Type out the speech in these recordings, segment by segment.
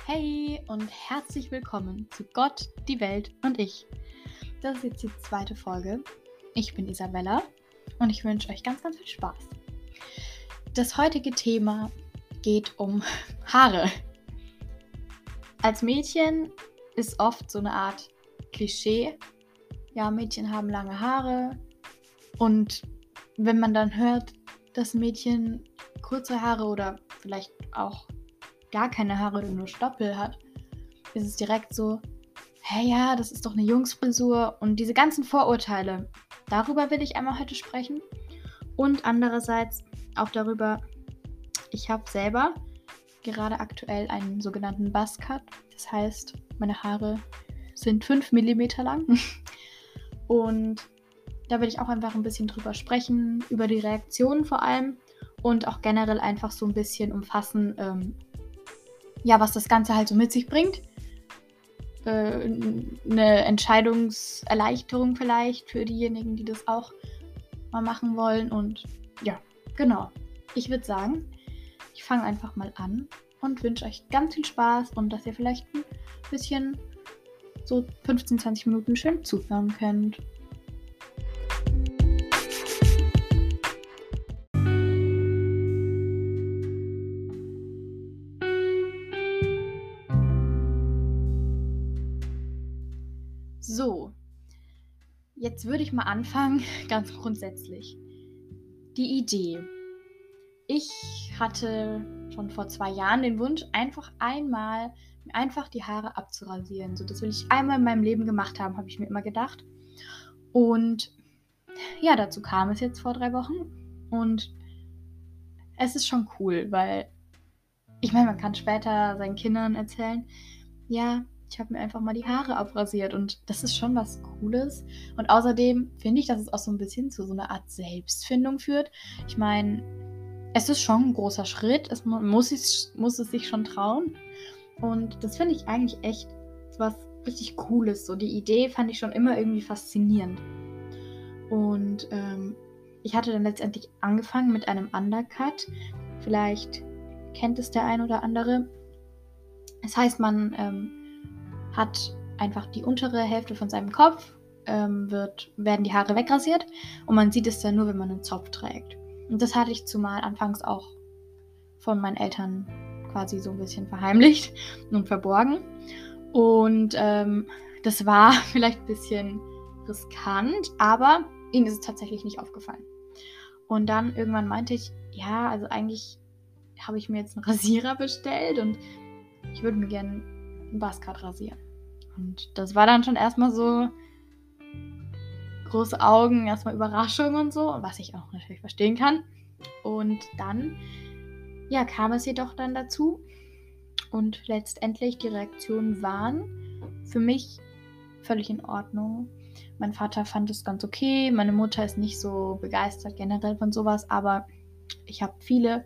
Hey und herzlich willkommen zu Gott, die Welt und ich. Das ist jetzt die zweite Folge. Ich bin Isabella und ich wünsche euch ganz, ganz viel Spaß. Das heutige Thema geht um Haare. Als Mädchen ist oft so eine Art Klischee. Ja, Mädchen haben lange Haare und wenn man dann hört, dass ein Mädchen kurze Haare oder vielleicht auch gar keine Haare oder nur Stoppel hat, ist es direkt so, hey ja, das ist doch eine Jungsfrisur und diese ganzen Vorurteile. Darüber will ich einmal heute sprechen und andererseits auch darüber, ich habe selber gerade aktuell einen sogenannten Buzzcut. Das heißt, meine Haare sind 5 mm lang und da will ich auch einfach ein bisschen drüber sprechen, über die Reaktionen vor allem und auch generell einfach so ein bisschen umfassen, was das Ganze halt so mit sich bringt. Eine Entscheidungserleichterung vielleicht für diejenigen, die das auch mal machen wollen. Und ja, genau. Ich würde sagen, ich fange einfach mal an und wünsche euch ganz viel Spaß und dass ihr vielleicht ein bisschen so 15, 20 Minuten schön zuhören könnt. So, jetzt würde ich mal anfangen, ganz grundsätzlich. Die Idee. Ich hatte schon vor 2 Jahren den Wunsch, mir einfach die Haare abzurasieren. So, das will ich einmal in meinem Leben gemacht haben, habe ich mir immer gedacht. Und ja, dazu kam es jetzt vor 3 Wochen. Und es ist schon cool, weil ich meine, man kann später seinen Kindern erzählen, ja, ich habe mir einfach mal die Haare abrasiert und das ist schon was Cooles. Und außerdem finde ich, dass es auch so ein bisschen zu so einer Art Selbstfindung führt. Ich meine, es ist schon ein großer Schritt, man muss es sich schon trauen. Und das finde ich eigentlich echt was richtig Cooles. So die Idee fand ich schon immer irgendwie faszinierend. Und ich hatte dann letztendlich angefangen mit einem Undercut. Vielleicht kennt es der ein oder andere. Das heißt, man hat einfach die untere Hälfte von seinem Kopf, werden die Haare wegrasiert und man sieht es dann nur, wenn man einen Zopf trägt. Und das hatte ich zumal anfangs auch von meinen Eltern quasi so ein bisschen verheimlicht und verborgen. Und das war vielleicht ein bisschen riskant, aber ihnen ist es tatsächlich nicht aufgefallen. Und dann irgendwann meinte ich, ja, also eigentlich habe ich mir jetzt einen Rasierer bestellt und ich würde mir gerne einen Buzzcut rasieren. Und das war dann schon erstmal so große Augen, erstmal Überraschung und so, was ich auch natürlich verstehen kann. Und dann, ja, kam es jedoch dann dazu und letztendlich die Reaktionen waren für mich völlig in Ordnung. Mein Vater fand es ganz okay, meine Mutter ist nicht so begeistert generell von sowas, aber ich habe viele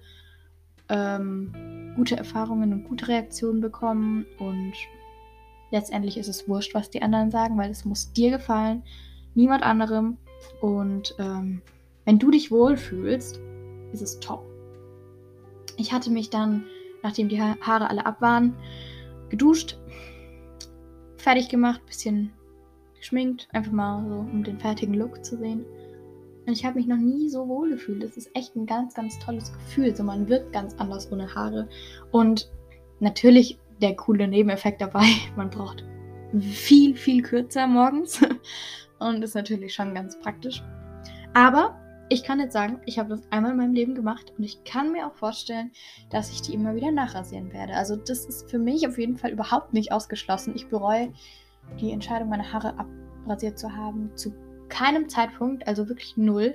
gute Erfahrungen und gute Reaktionen bekommen und letztendlich ist es wurscht, was die anderen sagen, weil es muss dir gefallen, niemand anderem. Und wenn du dich wohlfühlst, ist es top. Ich hatte mich dann, nachdem die Haare alle ab waren, geduscht, fertig gemacht, bisschen geschminkt, einfach mal so, um den fertigen Look zu sehen. Und ich habe mich noch nie so wohl gefühlt. Das ist echt ein ganz, ganz tolles Gefühl. So, man wirkt ganz anders ohne Haare. Und natürlich der coole Nebeneffekt dabei, man braucht viel, viel kürzer morgens. Und ist natürlich schon ganz praktisch. Aber ich kann jetzt sagen, ich habe das einmal in meinem Leben gemacht und ich kann mir auch vorstellen, dass ich die immer wieder nachrasieren werde. Also das ist für mich auf jeden Fall überhaupt nicht ausgeschlossen. Ich bereue die Entscheidung, meine Haare abrasiert zu haben, zu keinem Zeitpunkt, also wirklich null.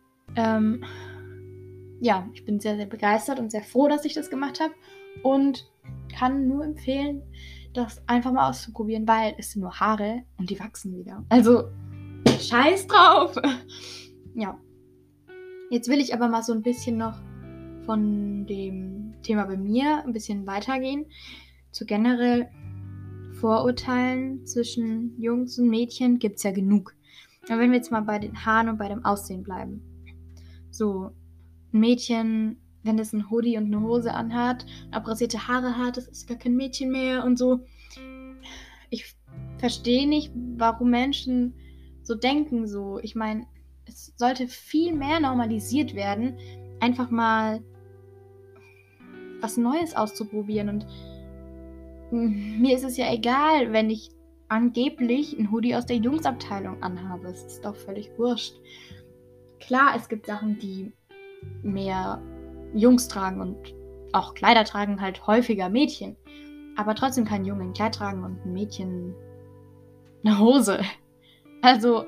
Ich bin sehr, sehr begeistert und sehr froh, dass ich das gemacht habe und kann nur empfehlen, das einfach mal auszuprobieren, weil es sind nur Haare und die wachsen wieder. Also, scheiß drauf! Ja. Jetzt will ich aber mal so ein bisschen noch von dem Thema bei mir ein bisschen weitergehen, zu generell Vorurteilen zwischen Jungs und Mädchen gibt es ja genug. Aber wenn wir jetzt mal bei den Haaren und bei dem Aussehen bleiben. So, ein Mädchen wenn es ein Hoodie und eine Hose anhat, abrasierte Haare hat, das ist gar kein Mädchen mehr und so. Ich verstehe nicht, warum Menschen so denken so. Ich meine, es sollte viel mehr normalisiert werden, einfach mal was Neues auszuprobieren. Und mir ist es ja egal, wenn ich angeblich ein Hoodie aus der Jungsabteilung anhabe. Es ist doch völlig wurscht. Klar, es gibt Sachen, die mehr Jungs tragen und auch Kleider tragen halt häufiger Mädchen. Aber trotzdem kann ein Junge ein Kleid tragen und ein Mädchen eine Hose. Also,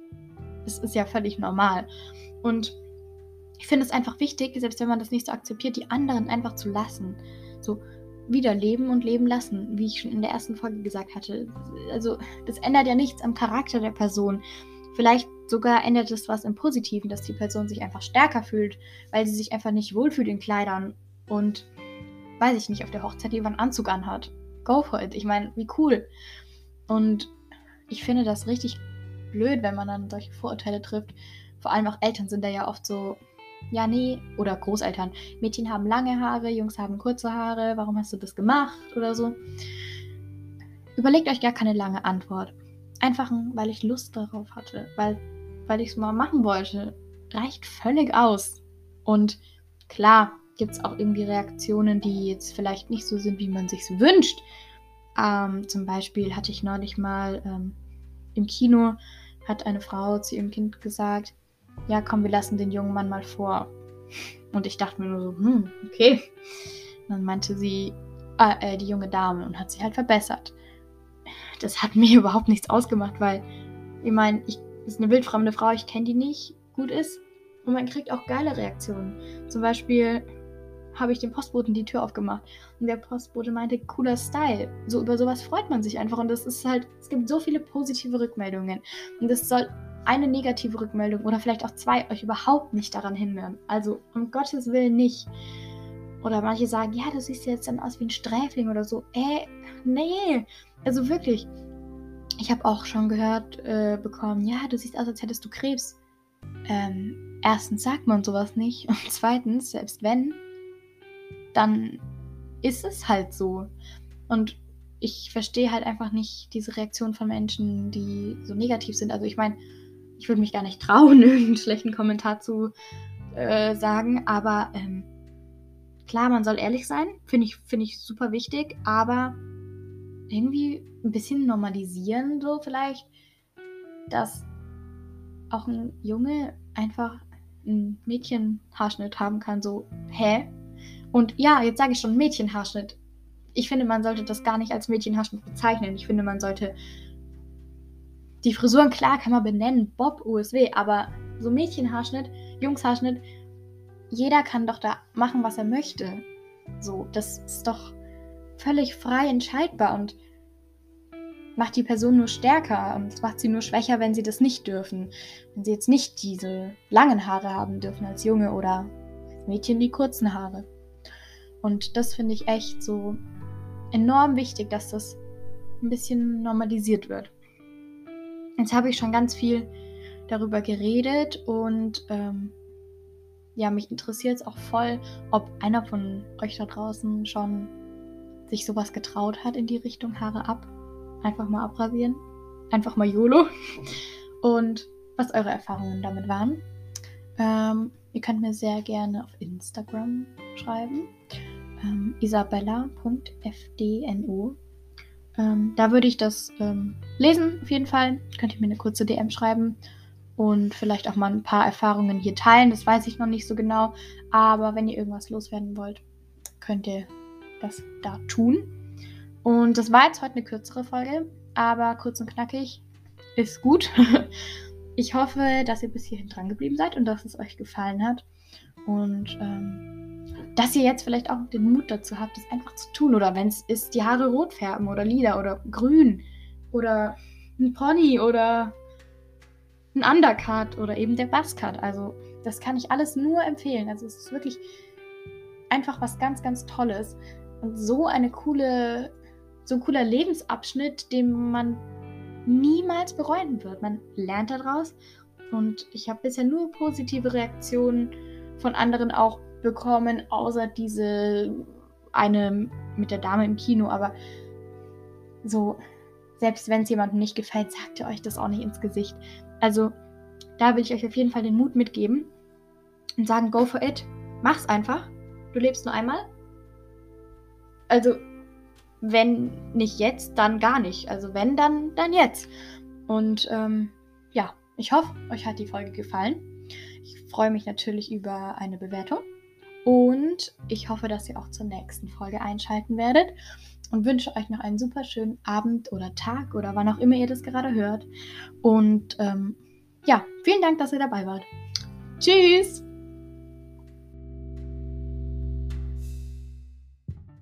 es ist ja völlig normal. Und ich finde es einfach wichtig, selbst wenn man das nicht so akzeptiert, die anderen einfach zu lassen. So wieder leben und leben lassen, wie ich schon in der ersten Folge gesagt hatte. Also, das ändert ja nichts am Charakter der Person. Vielleicht sogar ändert es was im Positiven, dass die Person sich einfach stärker fühlt, weil sie sich einfach nicht wohlfühlt in Kleidern und, weiß ich nicht, auf der Hochzeit jemand einen Anzug anhat. Go for it. Ich meine, wie cool. Und ich finde das richtig blöd, wenn man dann solche Vorurteile trifft. Vor allem auch Eltern sind da ja oft so, ja, nee, oder Großeltern. Mädchen haben lange Haare, Jungs haben kurze Haare, warum hast du das gemacht oder so. Überlegt euch gar keine lange Antwort. Einfach, weil ich Lust darauf hatte, weil ich es mal machen wollte. Reicht völlig aus. Und klar, gibt es auch irgendwie Reaktionen, die jetzt vielleicht nicht so sind, wie man sich wünscht. Zum Beispiel hatte ich neulich mal im Kino, hat eine Frau zu ihrem Kind gesagt, ja komm, wir lassen den jungen Mann mal vor. Und ich dachte mir nur so, okay. Und dann meinte sie, die junge Dame und hat sich halt verbessert. Das hat mir überhaupt nichts ausgemacht, weil, ich meine, ist eine wildfremde Frau, ich kenne die nicht, gut ist. Und man kriegt auch geile Reaktionen. Zum Beispiel habe ich dem Postboten die Tür aufgemacht und der Postbote meinte, cooler Style. So über sowas freut man sich einfach und das ist halt, es gibt so viele positive Rückmeldungen und es soll eine negative Rückmeldung oder vielleicht auch 2 euch überhaupt nicht daran hindern. Also um Gottes Willen nicht. Oder manche sagen, ja, du siehst jetzt dann aus wie ein Sträfling oder so. Nee. Also wirklich. Ich habe auch schon gehört bekommen, ja, du siehst aus, als hättest du Krebs. Erstens sagt man sowas nicht und zweitens, selbst wenn, dann ist es halt so. Und ich verstehe halt einfach nicht diese Reaktion von Menschen, die so negativ sind. Also ich meine, ich würde mich gar nicht trauen, irgendeinen schlechten Kommentar zu sagen, aber klar, man soll ehrlich sein, finde ich super wichtig, aber irgendwie ein bisschen normalisieren so vielleicht, dass auch ein Junge einfach einen Mädchenhaarschnitt haben kann, so, hä? Und ja, jetzt sage ich schon Mädchenhaarschnitt. Ich finde, man sollte das gar nicht als Mädchenhaarschnitt bezeichnen. Ich finde, man sollte die Frisuren, klar, kann man benennen, Bob, USW, aber so Mädchenhaarschnitt, Jungshaarschnitt, jeder kann doch da machen, was er möchte. So, das ist doch völlig frei entscheidbar und macht die Person nur stärker und es macht sie nur schwächer, wenn sie das nicht dürfen. Wenn sie jetzt nicht diese langen Haare haben dürfen als Junge oder als Mädchen die kurzen Haare. Und das finde ich echt so enorm wichtig, dass das ein bisschen normalisiert wird. Jetzt habe ich schon ganz viel darüber geredet und ja, mich interessiert es auch voll, ob einer von euch da draußen schon sich sowas getraut hat in die Richtung Haare ab. Einfach mal abrasieren. Einfach mal YOLO. Und was eure Erfahrungen damit waren. Ihr könnt mir sehr gerne auf Instagram schreiben. Isabella.fdno. Da würde ich das lesen, auf jeden Fall. Könnt ihr mir eine kurze DM schreiben und vielleicht auch mal ein paar Erfahrungen hier teilen. Das weiß ich noch nicht so genau. Aber wenn ihr irgendwas loswerden wollt, könnt ihr das da tun. Und das war jetzt heute eine kürzere Folge, aber kurz und knackig ist gut. Ich hoffe, dass ihr bis hierhin dran geblieben seid und dass es euch gefallen hat. Und dass ihr jetzt vielleicht auch den Mut dazu habt, das einfach zu tun. Oder wenn es ist, die Haare rot färben oder lila oder grün oder ein Pony oder ein Undercut oder eben der Buzzcut. Also das kann ich alles nur empfehlen. Also es ist wirklich einfach was ganz, ganz Tolles. Und so ein cooler Lebensabschnitt, den man niemals bereuen wird. Man lernt daraus und ich habe bisher nur positive Reaktionen von anderen auch bekommen, außer diese eine mit der Dame im Kino. Aber so, selbst wenn es jemandem nicht gefällt, sagt ihr euch das auch nicht ins Gesicht. Also da will ich euch auf jeden Fall den Mut mitgeben und sagen, go for it. Mach's einfach. Du lebst nur einmal. Also, wenn nicht jetzt, dann gar nicht. Also wenn, dann jetzt. Und ja, ich hoffe, euch hat die Folge gefallen. Ich freue mich natürlich über eine Bewertung. Und ich hoffe, dass ihr auch zur nächsten Folge einschalten werdet. Und wünsche euch noch einen super schönen Abend oder Tag oder wann auch immer ihr das gerade hört. Und ja, vielen Dank, dass ihr dabei wart. Tschüss!